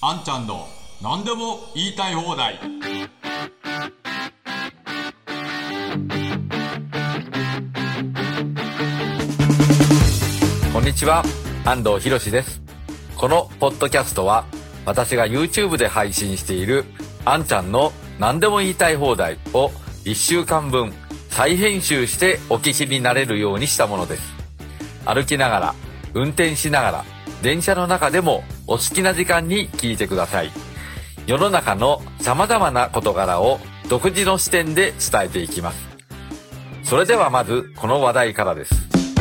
あんちゃんの何でも言いたい放題。 こんにちは、安藤博です。このポッドキャストは私が YouTube で配信しているあんちゃんの何でも言いたい放題を1週間分再編集してお聞きになれるようにしたものです。歩きながら、運転しながら、電車の中でもお好きな時間に聞いてください。世の中の様々な事柄を独自の視点で伝えていきます。それではまずこの話題からです。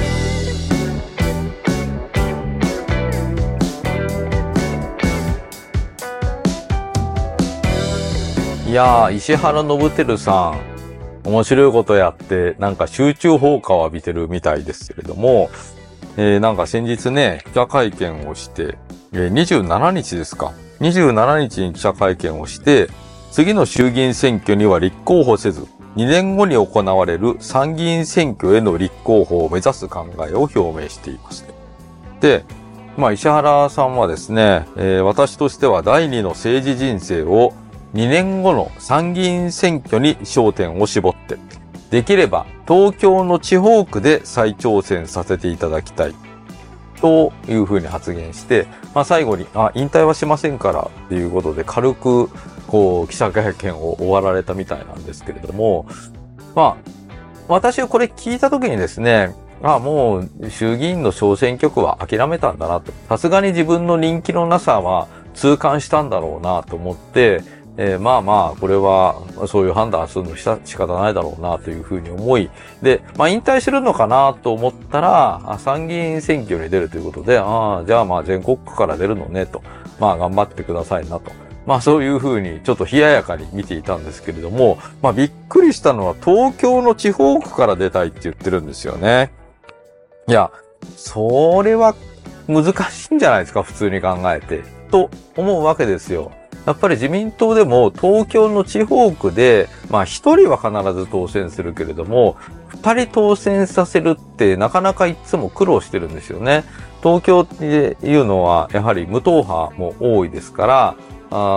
いやー、石原伸晃さん、面白いことやって、なんか集中放火を浴びてるみたいですけれども、なんか先日ね、記者会見をして、27日ですか。27日に記者会見をして、次の衆議院選挙には立候補せず、2年後に行われる参議院選挙への立候補を目指す考えを表明していますね。で、石原さんはですね、私としては第二の政治人生を2年後の参議院選挙に焦点を絞って、できれば東京の地方区で再挑戦させていただきたいというふうに発言して、最後に引退はしませんからっていうことで軽く記者会見を終わられたみたいなんですけれども、私はこれ聞いた時にですね、もう衆議院の小選挙区は諦めたんだなと、さすがに自分の人気のなさは痛感したんだろうなと思って、これはそういう判断するの仕方ないだろうなというふうに思い、で、引退するのかなと思ったら、参議院選挙に出るということで、じゃあ全国区から出るのねと、頑張ってくださいなと。そういうふうにちょっと冷ややかに見ていたんですけれども、びっくりしたのは東京の地方区から出たいって言ってるんですよね。いや、それは難しいんじゃないですか、普通に考えて。と思うわけですよ。やっぱり自民党でも東京の地方区で、一人は必ず当選するけれども、二人当選させるってなかなかいつも苦労してるんですよね。東京っていうのはやはり無党派も多いですから、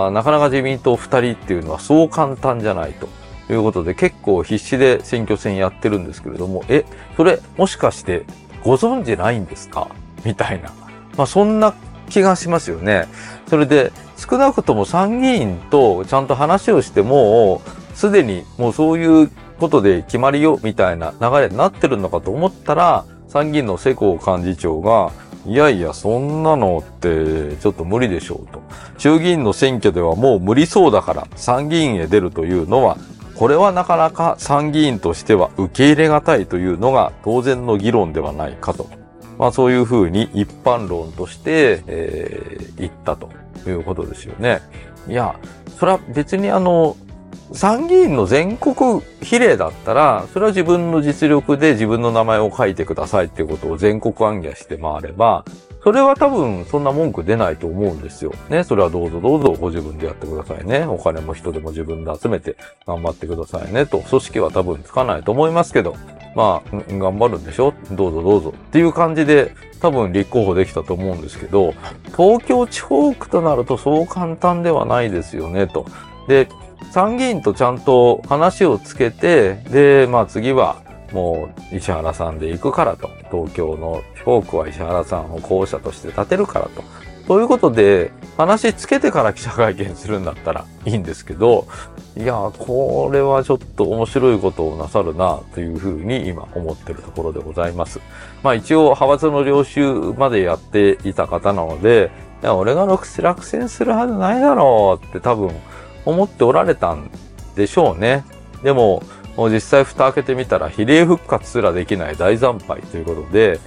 なかなか自民党二人っていうのはそう簡単じゃないということで結構必死で選挙戦やってるんですけれども、それもしかしてご存知ないんですかみたいな。そんな気がしますよね。それで少なくとも参議院とちゃんと話をしてもすでにもうそういうことで決まりよみたいな流れになってるのかと思ったら、参議院の世耕幹事長がいやいやそんなのってちょっと無理でしょうと。衆議院の選挙ではもう無理そうだから参議院へ出るというのは、これはなかなか参議院としては受け入れがたいというのが当然の議論ではないかと。そういうふうに一般論として、言ったということですよね。いや、それは別に参議院の全国比例だったら、それは自分の実力で自分の名前を書いてくださいっていうことを全国行脚して回れば、それは多分そんな文句出ないと思うんですよ。ね、それはどうぞどうぞご自分でやってくださいね。お金も人でも自分で集めて頑張ってくださいねと。組織は多分つかないと思いますけど、頑張るんでしょ？どうぞどうぞっていう感じで多分立候補できたと思うんですけど、東京地方区となるとそう簡単ではないですよねと。で、参議院とちゃんと話をつけて、で、次はもう石原さんで行くからと。東京の地方区は石原さんを候補者として立てるからと。そういうことで話つけてから記者会見するんだったらいいんですけど、いや、これはちょっと面白いことをなさるなというふうに今思ってるところでございます。一応派閥の領袖までやっていた方なので、いや、俺が落選するはずないだろうって多分思っておられたんでしょうね。でも、実際蓋開けてみたら比例復活すらできない大惨敗ということで、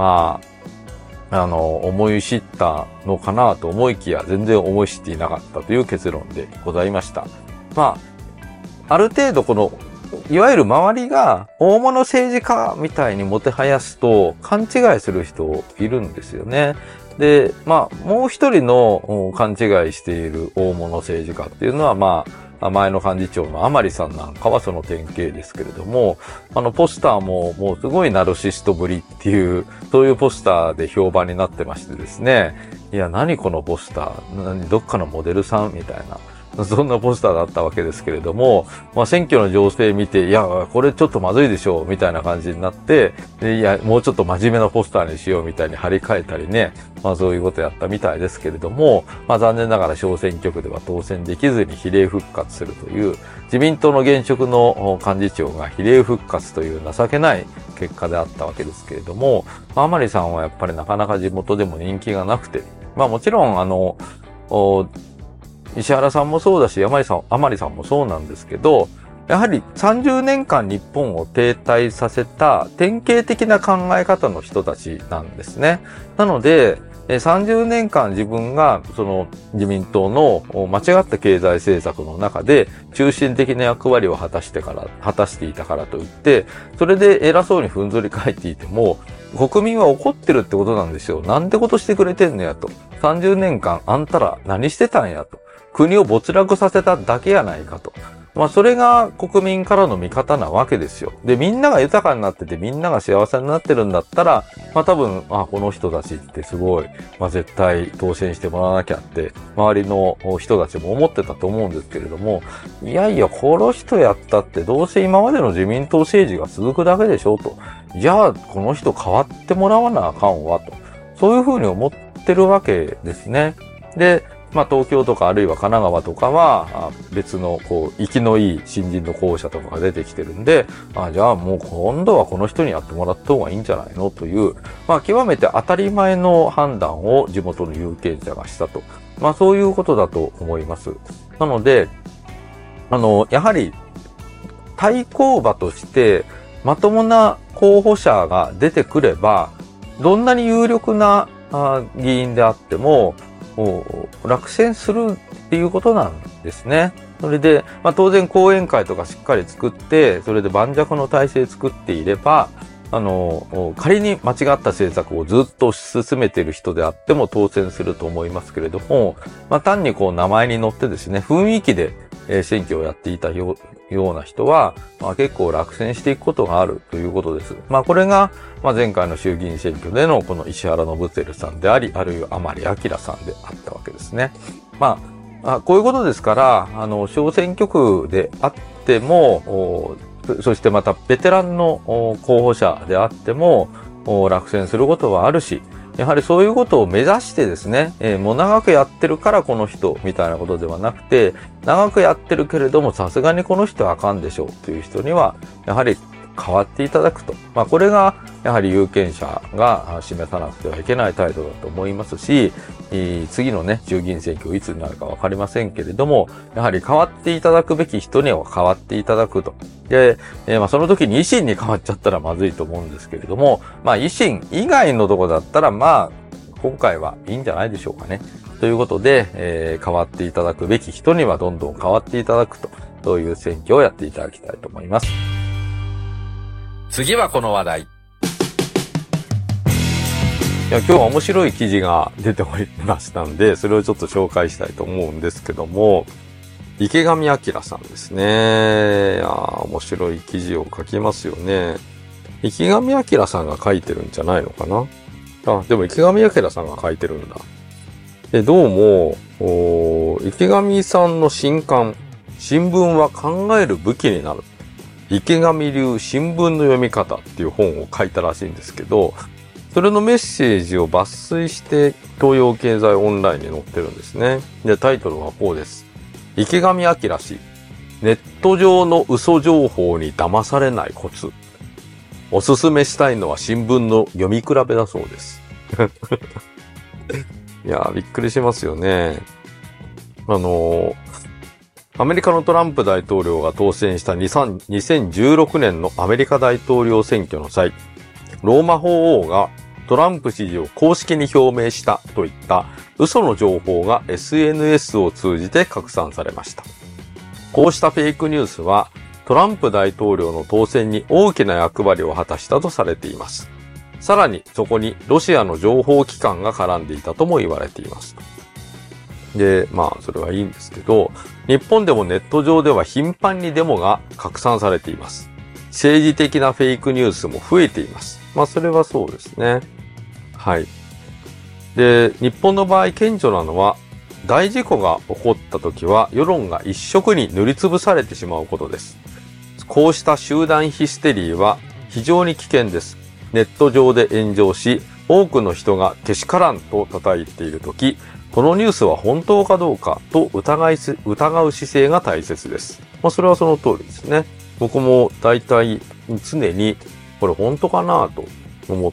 思い知ったのかなと思いきや全然思い知っていなかったという結論でございました。ある程度いわゆる周りが大物政治家みたいにもてはやすと勘違いする人いるんですよね。で、もう一人の勘違いしている大物政治家っていうのは、 前の幹事長の甘利さんなんかはその典型ですけれども、ポスターももうすごいナルシストぶりっていう、そういうポスターで評判になってましてですね、いや、何このポスター、どっかのモデルさんみたいな。そんなポスターだったわけですけれども、選挙の情勢見て、いや、これちょっとまずいでしょう、みたいな感じになって、いや、もうちょっと真面目なポスターにしようみたいに張り替えたりね、そういうことやったみたいですけれども、残念ながら小選挙区では当選できずに比例復活するという、自民党の現職の幹事長が比例復活という情けない結果であったわけですけれども、甘利さんはやっぱりなかなか地元でも人気がなくて、もちろん石原さんもそうだし、甘利さんもそうなんですけど、やはり30年間日本を停滞させた典型的な考え方の人たちなんですね。なので、30年間自分がその自民党の間違った経済政策の中で中心的な役割を果たしていたからといって、それで偉そうにふんぞり返っていても、国民は怒ってるってことなんですよ。なんてことしてくれてんのやと。30年間あんたら何してたんやと。国を没落させただけやないかと。それが国民からの見方なわけですよ。で、みんなが豊かになっててみんなが幸せになってるんだったら、多分、この人たちってすごい、絶対当選してもらわなきゃって、周りの人たちも思ってたと思うんですけれども、いやいや、この人やったってどうせ今までの自民党政治が続くだけでしょと。じゃあ、この人変わってもらわなあかんわと。そういうふうに思ってるわけですね。で、東京とかあるいは神奈川とかは別の生きのいい新人の候補者とかが出てきてるんで、じゃあもう今度はこの人にやってもらった方がいいんじゃないのという、極めて当たり前の判断を地元の有権者がしたと。そういうことだと思います。なので、やはり対抗馬としてまともな候補者が出てくれば、どんなに有力な議員であっても、落選するっていうことなんですね。それで、当然講演会とかしっかり作って、それで盤石の体制作っていれば、仮に間違った政策をずっと推し進めている人であっても当選すると思いますけれども、単に名前に乗ってですね、雰囲気で選挙をやっていたような人は、結構落選していくことがあるということです。これが、前回の衆議院選挙でのこの石原伸晃さんであり、あるいは甘利明さんであったわけですね。こういうことですから、小選挙区であっても、そしてまたベテランの候補者であっても落選することはあるし、やはりそういうことを目指してですね、もう長くやってるからこの人みたいなことではなくて、長くやってるけれどもさすがにこの人はあかんでしょうという人には、やはり変わっていただくと。これがやはり有権者が示さなくてはいけない態度だと思いますし、次のね、衆議院選挙いつになるかわかりませんけれども、やはり変わっていただくべき人には変わっていただくと。で、その時に維新に変わっちゃったらまずいと思うんですけれども、維新以外のとこだったら、今回はいいんじゃないでしょうかね。ということで、変わっていただくべき人にはどんどん変わっていただくと、そういう選挙をやっていただきたいと思います。次はこの話題。今日は面白い記事が出ておりましたんで、それをちょっと紹介したいと思うんですけども、池上彰さんですね。面白い記事を書きますよね。池上彰さんが書いてるんじゃないのかな。でも池上彰さんが書いてるんだ。どうも、池上さんの新刊、新聞は考える武器になる。池上流新聞の読み方っていう本を書いたらしいんですけど、それのメッセージを抜粋して東洋経済オンラインに載ってるんですね。で、タイトルはこうです。池上彰氏、ネット上の嘘情報に騙されないコツ。おすすめしたいのは新聞の読み比べだそうです。いやー、びっくりしますよね。アメリカのトランプ大統領が当選した2016年のアメリカ大統領選挙の際、ローマ法王がトランプ支持を公式に表明したといった嘘の情報が SNS を通じて拡散されました。こうしたフェイクニュースはトランプ大統領の当選に大きな役割を果たしたとされています。さらにそこにロシアの情報機関が絡んでいたとも言われています。 で、それはいいんですけど、日本でもネット上では頻繁にデモが拡散されています。政治的なフェイクニュースも増えています。それはそうですね。はい。で、日本の場合顕著なのは、大事故が起こった時は世論が一色に塗りつぶされてしまうことです。こうした集団ヒステリーは非常に危険です。ネット上で炎上し、多くの人がけしからんと叩いているとき、このニュースは本当かどうかと疑う姿勢が大切です。それはその通りですね。僕も大体常にこれ本当かなと思って、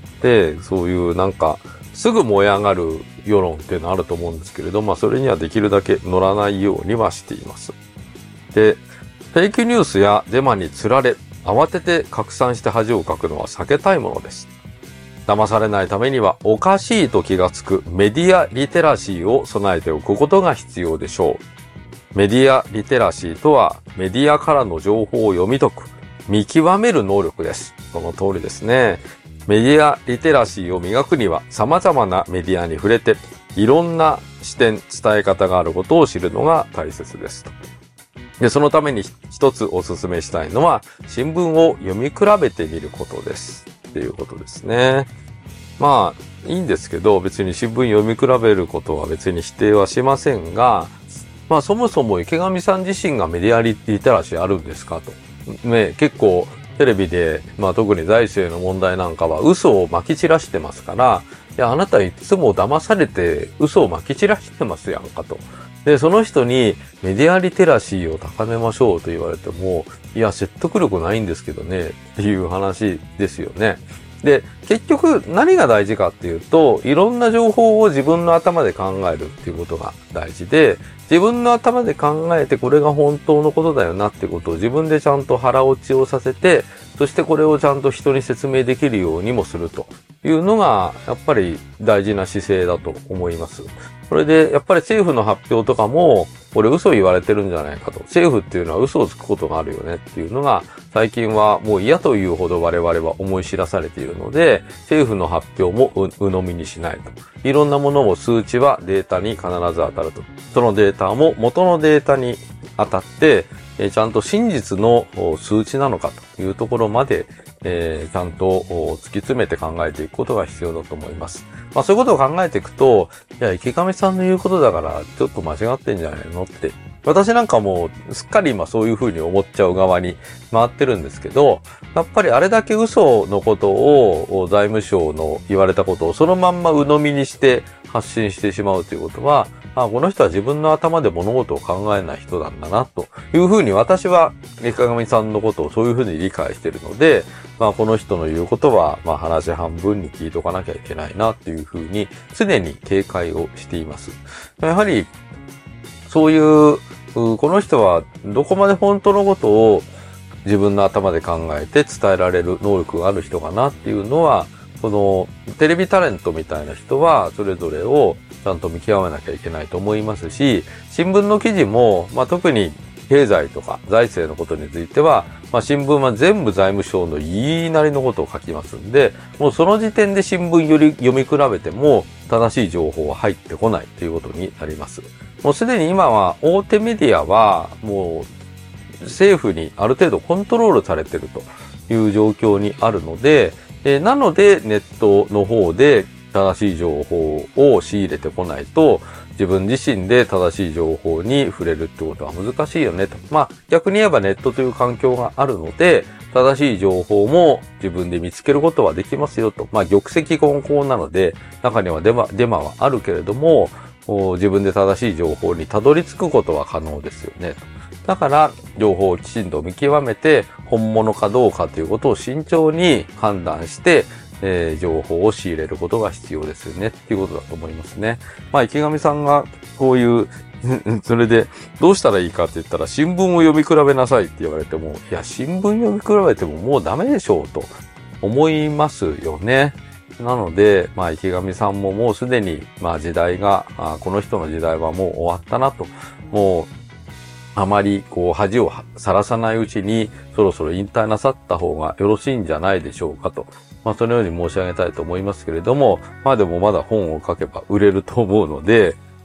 そういうすぐ燃え上がる世論っていうのはあると思うんですけれど、それにはできるだけ乗らないようにはしています。で、フェイクニュースやデマにつられ、慌てて拡散して恥をかくのは避けたいものです。騙されないためにはおかしいと気がつくメディアリテラシーを備えておくことが必要でしょう。メディアリテラシーとはメディアからの情報を読み解く、見極める能力です。その通りですね。メディアリテラシーを磨くには様々なメディアに触れていろんな視点、伝え方があることを知るのが大切ですと。で、そのために一つお勧めしたいのは新聞を読み比べてみることです。っていうことですね。いいんですけど、別に新聞読み比べることは別に否定はしませんが、そもそも池上さん自身がメディアリテラシーあるんですかと。結構テレビで、特に財政の問題なんかは嘘を撒き散らしてますから、いや、あなたいつも騙されて嘘を撒き散らしてますやんかと。で、その人にメディアリテラシーを高めましょうと言われても、いや、説得力ないんですけどね、っていう話ですよね。で、結局何が大事かっていうと、いろんな情報を自分の頭で考えるっていうことが大事で、自分の頭で考えてこれが本当のことだよなってことを自分でちゃんと腹落ちをさせて、そしてこれをちゃんと人に説明できるようにもするというのが、やっぱり大事な姿勢だと思います。それで、やっぱり政府の発表とかも、これ嘘言われてるんじゃないかと。政府っていうのは嘘をつくことがあるよねっていうのが、最近はもう嫌というほど我々は思い知らされているので、政府の発表も鵜呑みにしないと。いろんなものも数値はデータに必ず当たると。そのデータも元のデータに当たって、ちゃんと真実の数値なのかというところまで、ちゃんと突き詰めて考えていくことが必要だと思います。そういうことを考えていくと、いや、池上さんの言うことだからちょっと間違ってんじゃないのって。私なんかもうすっかり今そういう風に思っちゃう側に回ってるんですけど、やっぱりあれだけ嘘のことを財務省の言われたことをそのまんま鵜呑みにして発信してしまうということは、この人は自分の頭で物事を考えない人なんだな、というふうに私は池上さんのことをそういうふうに理解しているので、この人の言うことは、話半分に聞いとかなきゃいけないな、というふうに常に警戒をしています。やはり、そういう、この人はどこまで本当のことを自分の頭で考えて伝えられる能力がある人かなっていうのは、このテレビタレントみたいな人はそれぞれをちゃんと見極めなきゃいけないと思いますし、新聞の記事も、特に経済とか財政のことについては、新聞は全部財務省の言いなりのことを書きますんで、もうその時点で新聞より読み比べても正しい情報は入ってこないということになります。もうすでに今は大手メディアはもう政府にある程度コントロールされているという状況にあるので、なのでネットの方で正しい情報を仕入れてこないと、自分自身で正しい情報に触れるってことは難しいよねと。逆に言えばネットという環境があるので、正しい情報も自分で見つけることはできますよと。玉石混交なので、中にはデマはあるけれども、自分で正しい情報にたどり着くことは可能ですよね。だから、情報をきちんと見極めて、本物かどうかということを慎重に判断して、情報を仕入れることが必要ですよねっていうことだと思いますね。池上さんがこういうそれでどうしたらいいかって言ったら新聞を読み比べなさいって言われても、いや新聞読み比べてももうダメでしょうと思いますよね。なので、池上さんももうすでに時代がこの人の時代はもう終わったなと、もうあまり恥をさらさないうちにそろそろ引退なさった方がよろしいんじゃないでしょうかと。そのように申し上げたいと思いますけれども、でもまだ本を書けば売れると思うので、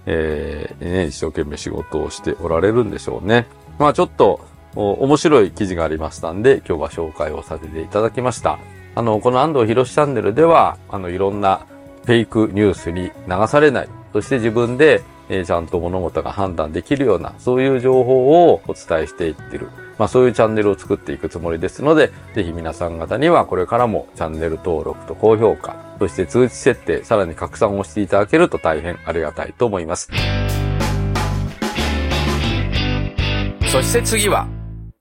一生懸命仕事をしておられるんでしょうね。まあちょっと面白い記事がありましたんで、今日は紹介をさせていただきました。この安藤博チャンネルでは、いろんなフェイクニュースに流されない、そして自分で、ちゃんと物事が判断できるような、そういう情報をお伝えしていってる。まあそういうチャンネルを作っていくつもりですので、ぜひ皆さん方にはこれからもチャンネル登録と高評価、そして通知設定、さらに拡散をしていただけると大変ありがたいと思います。そして次は、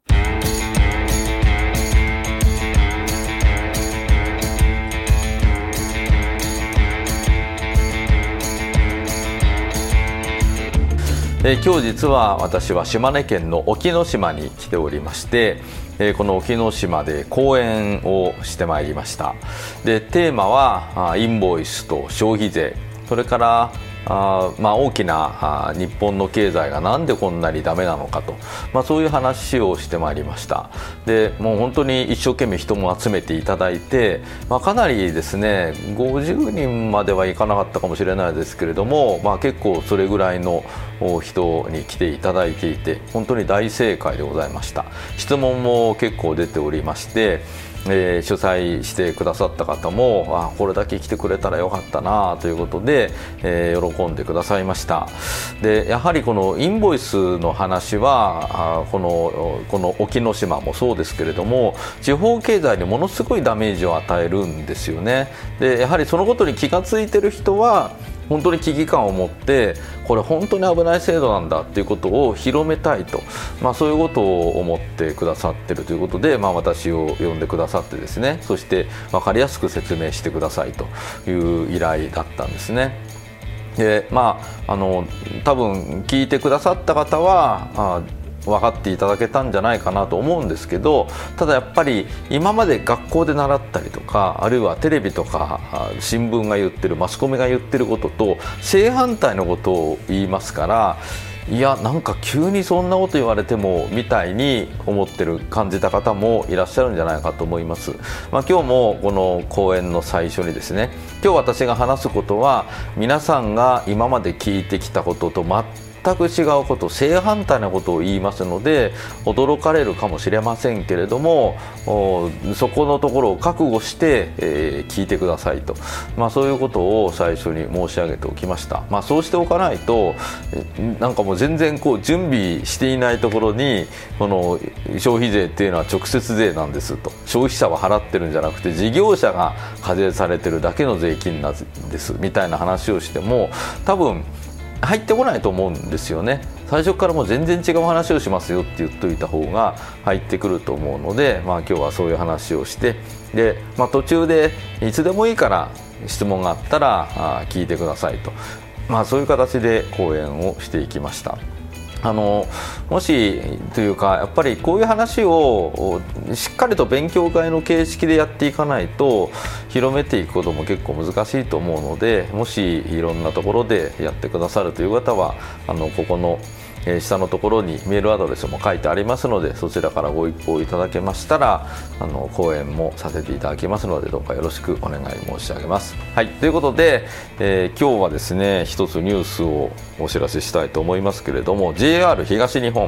今日実は私は島根県の隠岐の島に来ておりまして、この隠岐の島で講演をしてまいりました。で、テーマはインボイスと消費税、それから大きな日本の経済がなんでこんなにダメなのかと、そういう話をしてまいりました。で、もう本当に一生懸命人も集めていただいて、かなりですね、50人まではいかなかったかもしれないですけれども、結構それぐらいの人に来ていただいていて、本当に大正解でございました。質問も結構出ておりまして、主催してくださった方もこれだけ来てくれたらよかったなということで、喜んでくださいました。で、やはりこのインボイスの話はこの隠岐の島もそうですけれども、地方経済にものすごいダメージを与えるんですよね。で、やはりそのことに気がついてる人は本当に危機感を持って、これ本当に危ない制度なんだっていうことを広めたいと、そういうことを思ってくださってるということで、私を呼んでくださってですね、そして分かりやすく説明してくださいという依頼だったんですね。で、多分聞いてくださった方は分かっていただけたんじゃないかなと思うんですけど、ただやっぱり今まで学校で習ったりとか、あるいはテレビとか新聞が言ってる、マスコミが言ってることと正反対のことを言いますから、いや、なんか急にそんなこと言われてもみたいに思ってる、感じた方もいらっしゃるんじゃないかと思います。今日もこの講演の最初にですね、今日私が話すことは皆さんが今まで聞いてきたことと全く違うこと、正反対なことを言いますので、驚かれるかもしれませんけれども、そこのところを覚悟して、聞いてくださいと、そういうことを最初に申し上げておきました。そうしておかないと、なんかもう全然準備していないところに、この消費税っていうのは直接税なんですと、消費者は払ってるんじゃなくて事業者が課税されてるだけの税金なんですみたいな話をしても多分入ってこないと思うんですよね。最初からもう全然違う話をしますよって言っといた方が入ってくると思うので、今日はそういう話をして、で、途中でいつでもいいから質問があったら聞いてくださいと、そういう形で講演をしていきました。もしというか、やっぱりこういう話をしっかりと勉強会の形式でやっていかないと広めていくことも結構難しいと思うので、もしいろんなところでやってくださるという方はここの下のところにメールアドレスも書いてありますので、そちらからご一報いただけましたら講演もさせていただきますので、どうかよろしくお願い申し上げます。はい、ということで、今日はですね、一つニュースをお知らせしたいと思いますけれども、 JR 東日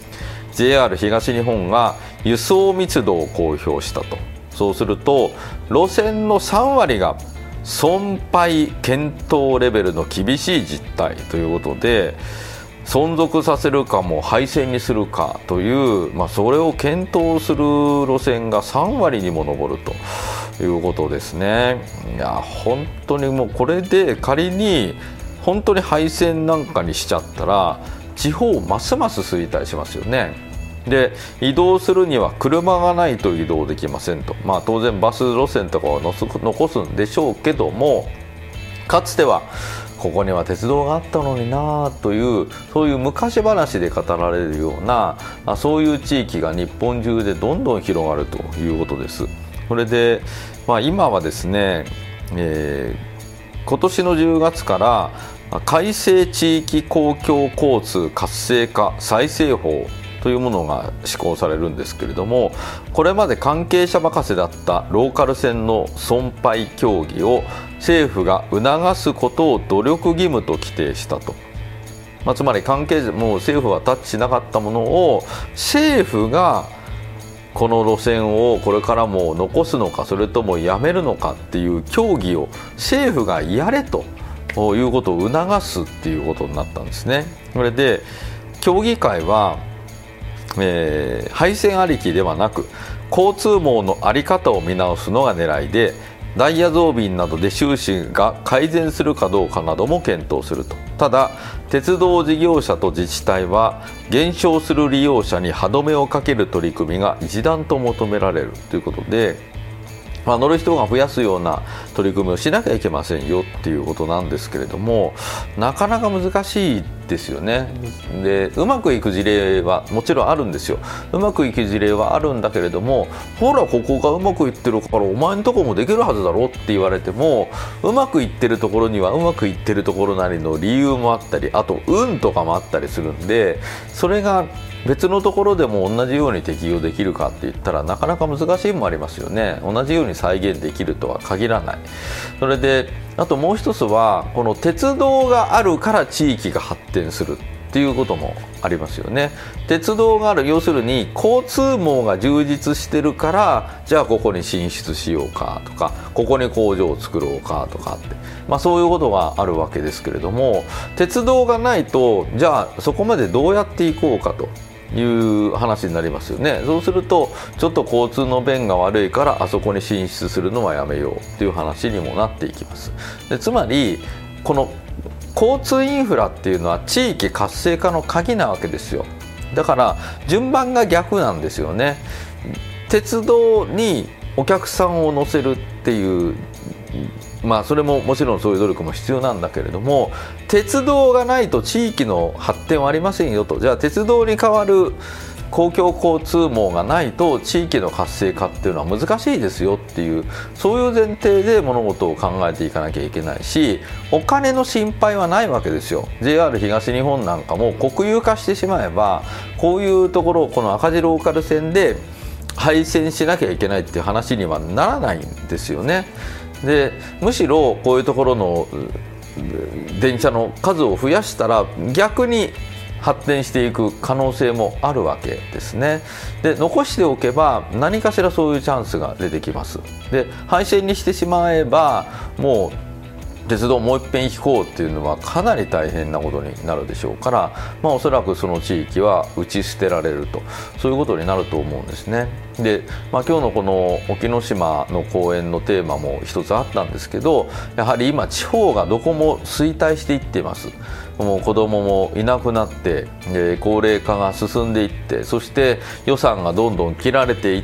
本が輸送密度を公表したと。そうすると路線の3割が損廃検討レベルの厳しい実態ということで、存続させるかも廃線にするかという、それを検討する路線が3割にも上るということですね。いや、本当にもうこれで仮に本当に廃線なんかにしちゃったら地方ますます衰退しますよね。で、移動するには車がないと移動できませんと、当然バス路線とかは残すんでしょうけども、かつてはここには鉄道があったのになという、そういう昔話で語られるようなそういう地域が日本中でどんどん広がるということです。それで、今はですね、今年の10月から改正地域公共交通活性化再生法というものが施行されるんですけれども、これまで関係者任せだったローカル線の損廃協議を政府が促すことを努力義務と規定したとつまり関係者もう政府はタッチしなかったものを政府がこの路線をこれからも残すのかそれともやめるのかっていう協議を政府がやれということを促すっていうことになったんですね。それで協議会は、廃線ありきではなく交通網の在り方を見直すのが狙いで、ダイヤ増便などで収支が改善するかどうかなども検討すると。ただ鉄道事業者と自治体は減少する利用者に歯止めをかける取り組みが一段と求められるということで、乗る人が増やすような取り組みをしなきゃいけませんよっていうことなんですけれども、なかなか難しいですよね。でうまくいく事例はもちろんあるんですよ。うまくいく事例はあるんだけれども、ほらここがうまくいってるからお前のとこもできるはずだろって言われても、うまくいってるところにはうまくいってるところなりの理由もあったり、あと運とかもあったりするんで、それが別のところでも同じように適用できるかって言ったらなかなか難しいもありますよね。同じように再現できるとは限らない。それであともう一つは、この鉄道があるから地域が発展するっていうこともありますよね。鉄道がある、要するに交通網が充実してるから、じゃあここに進出しようかとか、ここに工場を作ろうかとかって、そういうことがあるわけですけれども、鉄道がないとじゃあそこまでどうやっていこうかという話になりますよね。そうするとちょっと交通の便が悪いからあそこに進出するのはやめようっていう話にもなっていきます。でつまりこの交通インフラっていうのは地域活性化の鍵なわけですよ。だから順番が逆なんですよね。鉄道にお客さんを乗せるっていうそれももちろんそういう努力も必要なんだけれども、鉄道がないと地域の発展はありませんよと。じゃあ鉄道に代わる公共交通網がないと地域の活性化っていうのは難しいですよっていう、そういう前提で物事を考えていかなきゃいけないし、お金の心配はないわけですよ。 JR 東日本なんかも国有化してしまえば、こういうところこの赤字ローカル線で廃線しなきゃいけないっていう話にはならないんですよね。でむしろこういうところの電車の数を増やしたら逆に発展していく可能性もあるわけですね。で残しておけば何かしらそういうチャンスが出てきます。で廃線にしてしまえばもう鉄道もう一遍引こうっていうのはかなり大変なことになるでしょうから、おそらくその地域は打ち捨てられると、そういうことになると思うんですね。で、今日のこの沖ノ島の公演のテーマも一つあったんですけど、やはり今地方がどこも衰退していっています。もう子供もいなくなって、高齢化が進んでいって、そして予算がどんどん切られていって、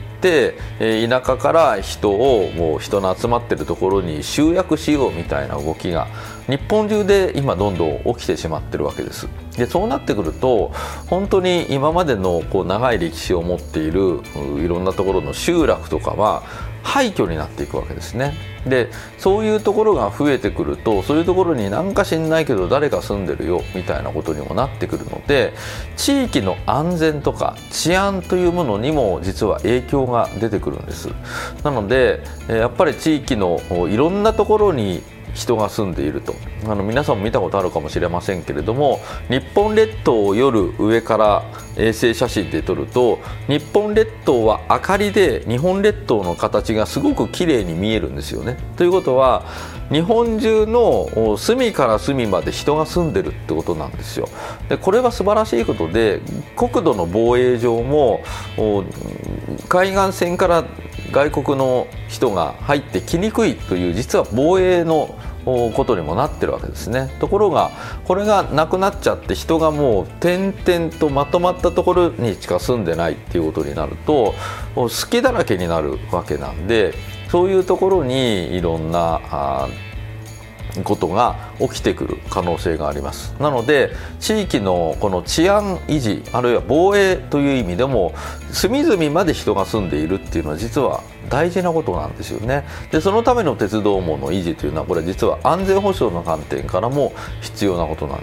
田舎から人をもう人の集まっているところに集約しようみたいな動きが日本中で今どんどん起きてしまってるわけです。でそうなってくると本当に今までの長い歴史を持っているいろんなところの集落とかは廃墟になっていくわけですね。でそういうところが増えてくると、そういうところになんか知んないけど誰か住んでるよみたいなことにもなってくるので、地域の安全とか治安というものにも実は影響が出てくるんです。なのでやっぱり地域のいろんなところに人が住んでいると、皆さんも見たことあるかもしれませんけれども、日本列島を夜上から衛星写真で撮ると、日本列島は明かりで日本列島の形がすごく綺麗に見えるんですよね。ということは日本中の隅から隅まで人が住んでるってことなんですよ。でこれは素晴らしいことで、国土の防衛上も海岸線から外国の人が入ってきにくいという実は防衛のことにもなってるわけですね。ところがこれがなくなっちゃって人がもう点々とまとまったところにしか住んでないっていうことになると好きだらけになるわけなんで、そういうところにいろんなことが起きてくる可能性があります。なので地域のこの治安維持あるいは防衛という意味でも隅々まで人が住んでいるっていうのは実は大事なことなんですよね。でそのための鉄道網の維持というのはこれ実は安全保障の観点からも必要なことなんです。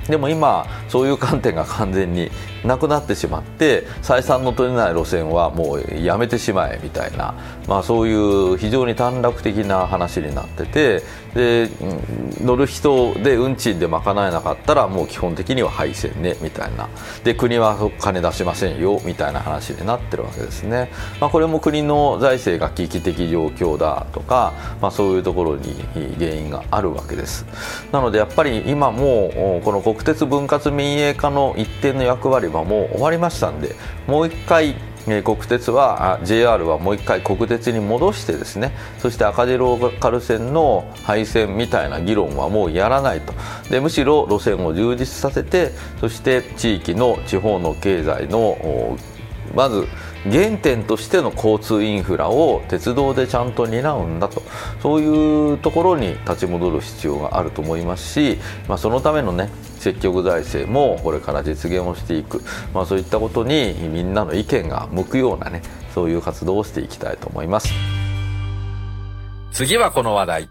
でも今そういう観点が完全になくなってしまって、採算の取れない路線はもうやめてしまえみたいな、そういう非常に短絡的な話になってて、で乗る人で運賃で賄えなかったらもう基本的には廃線ねみたいな、で国は金出しませんよみたいな話になってるわけですね。これも国の財政が危機的状況だとか、そういうところに原因があるわけです。なのでやっぱり今もうこの国鉄分割民営化の一定の役割はもう終わりましたんで、もう一回国鉄は JR はもう一回国鉄に戻してですね、そして赤字ローカル線の廃線みたいな議論はもうやらないと。でむしろ路線を充実させて、そして地域の地方の経済のまず原点としての交通インフラを鉄道でちゃんと担うんだと、そういうところに立ち戻る必要があると思いますし、そのためのね積極財政もこれから実現をしていく、そういったことにみんなの意見が向くようなね、そういう活動をしていきたいと思います。次はこの話題。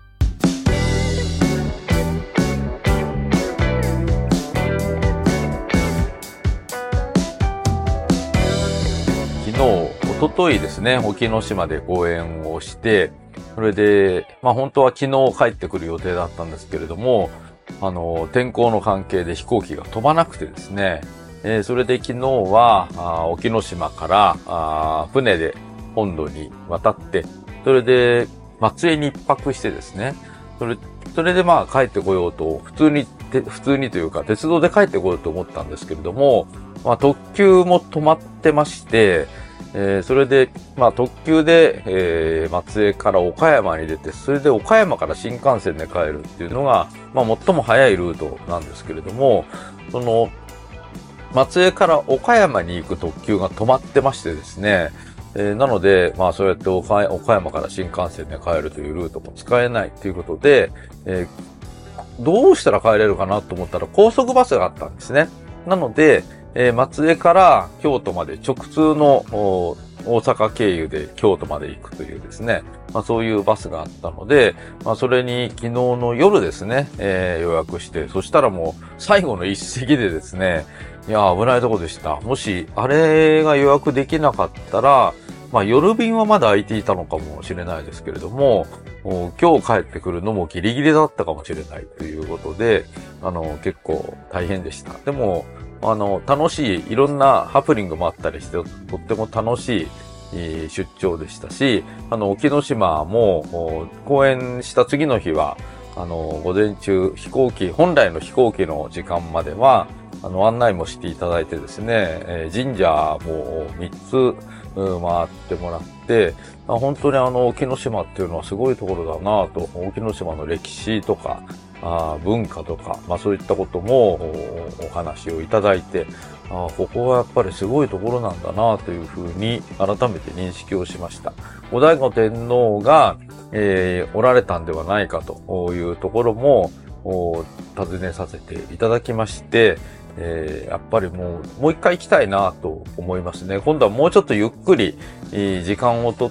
一昨日ですね、沖ノ島で講演をして、それで、本当は昨日帰ってくる予定だったんですけれども、天候の関係で飛行機が飛ばなくてですね、それで昨日は沖ノ島から船で本土に渡って、それで松江に一泊してですね、それで帰ってこようと、普通にというか鉄道で帰ってこようと思ったんですけれども、特急も止まってまして、それで、特急で、松江から岡山に出て、それで岡山から新幹線で帰るっていうのが、最も早いルートなんですけれども、その、松江から岡山に行く特急が止まってましてですね、なので、そうやって岡山から新幹線で帰るというルートも使えないということで、どうしたら帰れるかなと思ったら高速バスがあったんですね。なので、松江から京都まで直通の大阪経由で京都まで行くというですね、そういうバスがあったので、それに昨日の夜ですね、予約して、そしたらもう最後の一席でですね、いや、危ないとこでした。もし、あれが予約できなかったら、夜便はまだ空いていたのかもしれないですけれども、今日帰ってくるのもギリギリだったかもしれないということで、結構大変でした。でも、楽しい、いろんなハプニングもあったりして、とっても楽しい出張でしたし、沖ノ島も、講演した次の日は、午前中、本来の飛行機の時間までは、案内もしていただいてですね、神社も3つ回ってもらって、本当に沖ノ島っていうのはすごいところだなと、沖ノ島の歴史とか、文化とか、そういったこともお話をいただいて、ここはやっぱりすごいところなんだなというふうに改めて認識をしました。後醍醐天皇が、おられたんではないかというところも尋ねさせていただきまして、やっぱりもう一回行きたいなと思いますね。今度はもうちょっとゆっくり時間をとって、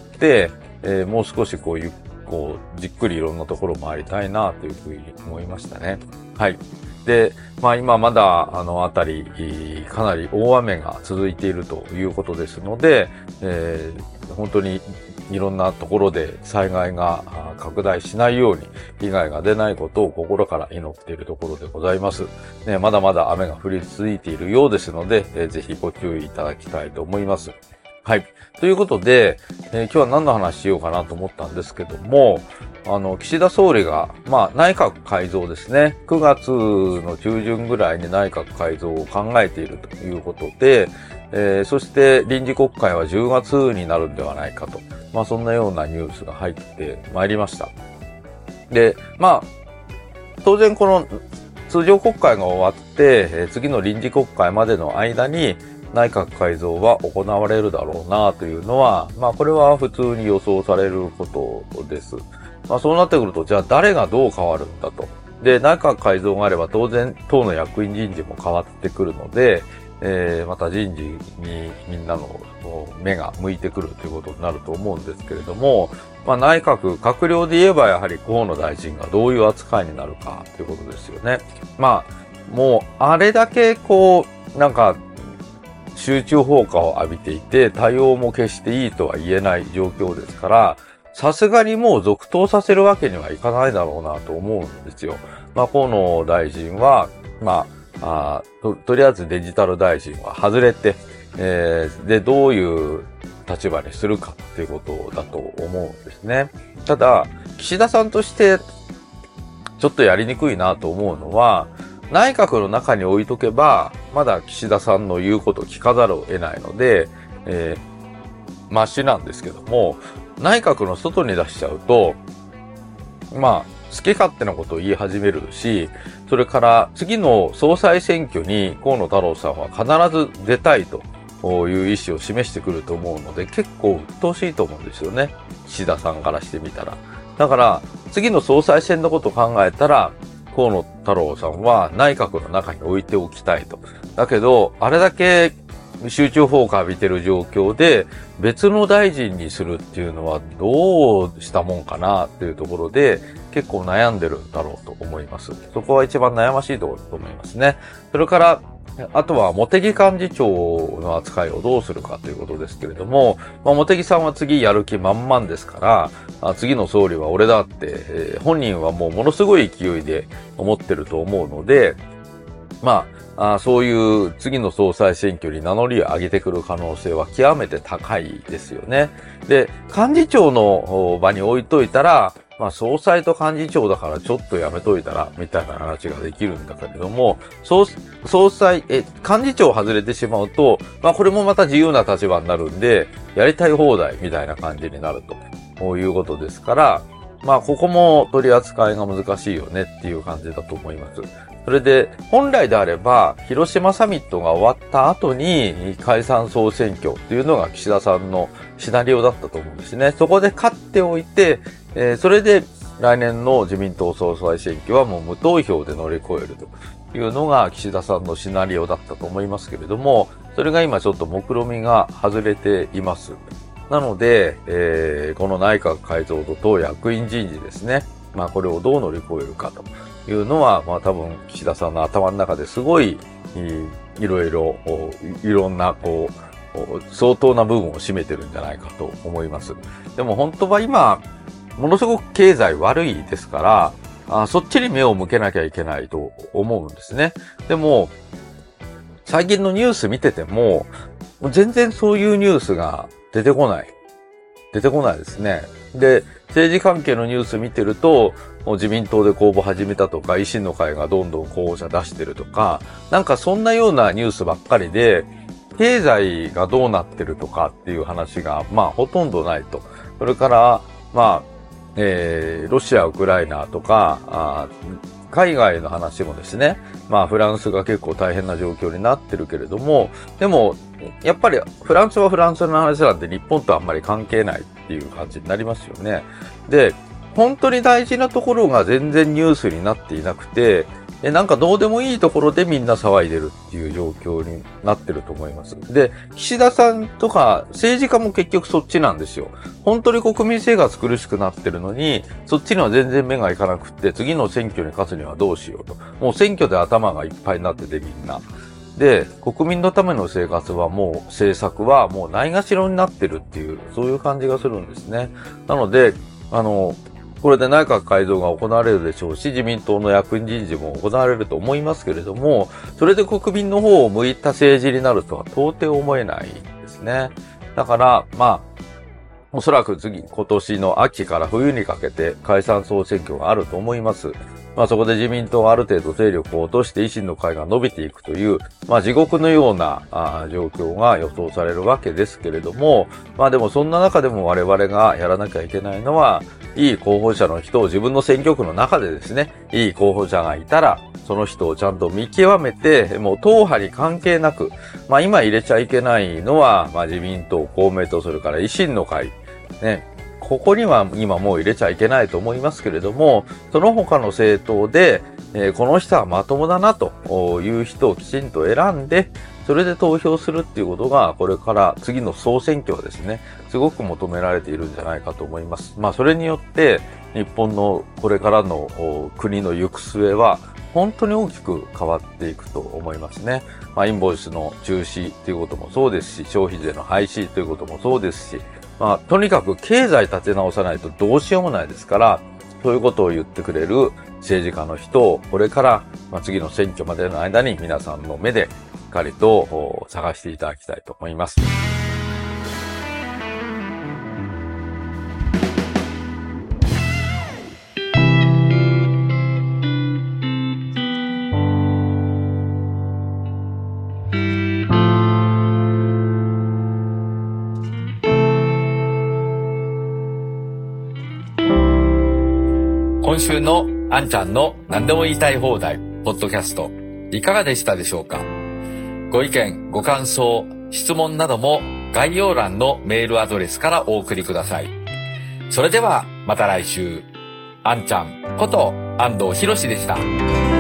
もう少しじっくりいろんなところを回りたいなというふうに思いましたね。はい。で、今まだ辺り、かなり大雨が続いているということですので、本当にいろんなところで災害が拡大しないように、被害が出ないことを心から祈っているところでございます。ね、まだまだ雨が降り続いているようですので、ぜひご注意いただきたいと思います。はい。ということで、今日は何の話しようかなと思ったんですけども、岸田総理が、内閣改造ですね。9月の中旬ぐらいに内閣改造を考えているということで、そして臨時国会は10月になるんではないかと。そんなようなニュースが入ってまいりました。で、当然この通常国会が終わって、次の臨時国会までの間に内閣改造は行われるだろうなというのは、これは普通に予想されることです。そうなってくると、じゃあ誰がどう変わるんだと。で、内閣改造があれば当然党の役員人事も変わってくるので、また人事にみんなの目が向いてくるということになると思うんですけれども、内閣、閣僚で言えばやはり河野大臣がどういう扱いになるかということですよね。 もうあれだけなんか集中砲火を浴びていて、対応も決していいとは言えない状況ですから、さすがにもう続投させるわけにはいかないだろうなと思うんですよ。河野大臣は、とりあえずデジタル大臣は外れて、で、どういう立場にするかっていうことだと思うんですね。ただ、岸田さんとしてちょっとやりにくいなと思うのは、内閣の中に置いとけば、まだ岸田さんの言うことを聞かざるを得ないので、マシなんですけども、内閣の外に出しちゃうと、好き勝手なことを言い始めるし、それから次の総裁選挙に河野太郎さんは必ず出たいという意思を示してくると思うので、結構鬱陶しいと思うんですよね。岸田さんからしてみたら。だから、次の総裁選のことを考えたら、河野太郎さんは内閣の中に置いておきたいと。だけど、あれだけ集中砲火浴びてる状況で、別の大臣にするっていうのはどうしたもんかなっていうところで、結構悩んでるんだろうと思います。そこは一番悩ましいところだと思いますね。それから、あとは、茂木幹事長の扱いをどうするかということですけれども、茂木さんは次やる気満々ですから、次の総理は俺だって、本人はもうものすごい勢いで思ってると思うので、そういう次の総裁選挙に名乗りを上げてくる可能性は極めて高いですよね。で、幹事長の場に置いといたら、総裁と幹事長だからちょっとやめといたら、みたいな話ができるんだけれども、総裁、幹事長外れてしまうと、これもまた自由な立場になるんで、やりたい放題みたいな感じになるということですから、ここも取り扱いが難しいよねっていう感じだと思います。それで、本来であれば、広島サミットが終わった後に解散総選挙っていうのが岸田さんのシナリオだったと思うんですね。そこで勝っておいて、それで来年の自民党総裁選挙はもう無投票で乗り越えるというのが岸田さんのシナリオだったと思いますけれども、それが今ちょっと目論見が外れています。なので、この内閣改造と党役員人事ですね。これをどう乗り越えるかというのは、多分岸田さんの頭の中ですごい、いろんな、相当な部分を占めてるんじゃないかと思います。でも本当は今、ものすごく経済悪いですから、そっちに目を向けなきゃいけないと思うんですね。でも、最近のニュース見てても、全然そういうニュースが出てこないですね。で、政治関係のニュース見てると、自民党で公募始めたとか、維新の会がどんどん候補者出してるとか、なんかそんなようなニュースばっかりで、経済がどうなってるとかっていう話が、ほとんどないと。それから、ロシア、ウクライナとか、海外の話もですね、フランスが結構大変な状況になってるけれども、でも、やっぱりフランスはフランスの話なんで日本とあんまり関係ないっていう感じになりますよね。で、本当に大事なところが全然ニュースになっていなくて、なんかどうでもいいところでみんな騒いでるっていう状況になってると思います。で、岸田さんとか政治家も結局そっちなんですよ。本当に国民生活苦しくなってるのに、そっちには全然目がいかなくって、次の選挙に勝つにはどうしようと。もう選挙で頭がいっぱいになっててみんな。で、国民のための生活はもう、政策はもうないがしろになってるっていう、そういう感じがするんですね。なので、これで内閣改造が行われるでしょうし、自民党の役員人事も行われると思いますけれども、それで国民の方を向いた政治になるとは到底思えないですね。だから、おそらく今年の秋から冬にかけて解散総選挙があると思います。そこで自民党がある程度勢力を落として維新の会が伸びていくという、地獄のような状況が予想されるわけですけれども、でもそんな中でも我々がやらなきゃいけないのは、いい候補者の人を自分の選挙区の中でですね、いい候補者がいたら、その人をちゃんと見極めて、もう党派に関係なく、今入れちゃいけないのは、自民党、公明党、それから維新の会、ね、ここには今もう入れちゃいけないと思いますけれども、その他の政党で、 この人はまともだなという人をきちんと選んで、それで投票するっていうことが、これから次の総選挙はですね、すごく求められているんじゃないかと思います。それによって、日本のこれからの国の行く末は、本当に大きく変わっていくと思いますね。インボイスの中止ということもそうですし、消費税の廃止ということもそうですし、とにかく経済立て直さないとどうしようもないですから、そういうことを言ってくれる政治家の人をこれから、次の選挙までの間に皆さんの目でしっかりと探していただきたいと思います。 今週のあんちゃんの何でも言いたい放題ポッドキャストいかがでしたでしょうか。ご意見、ご感想、質問なども概要欄のメールアドレスからお送りください。それではまた来週。あんちゃんこと安藤博でした。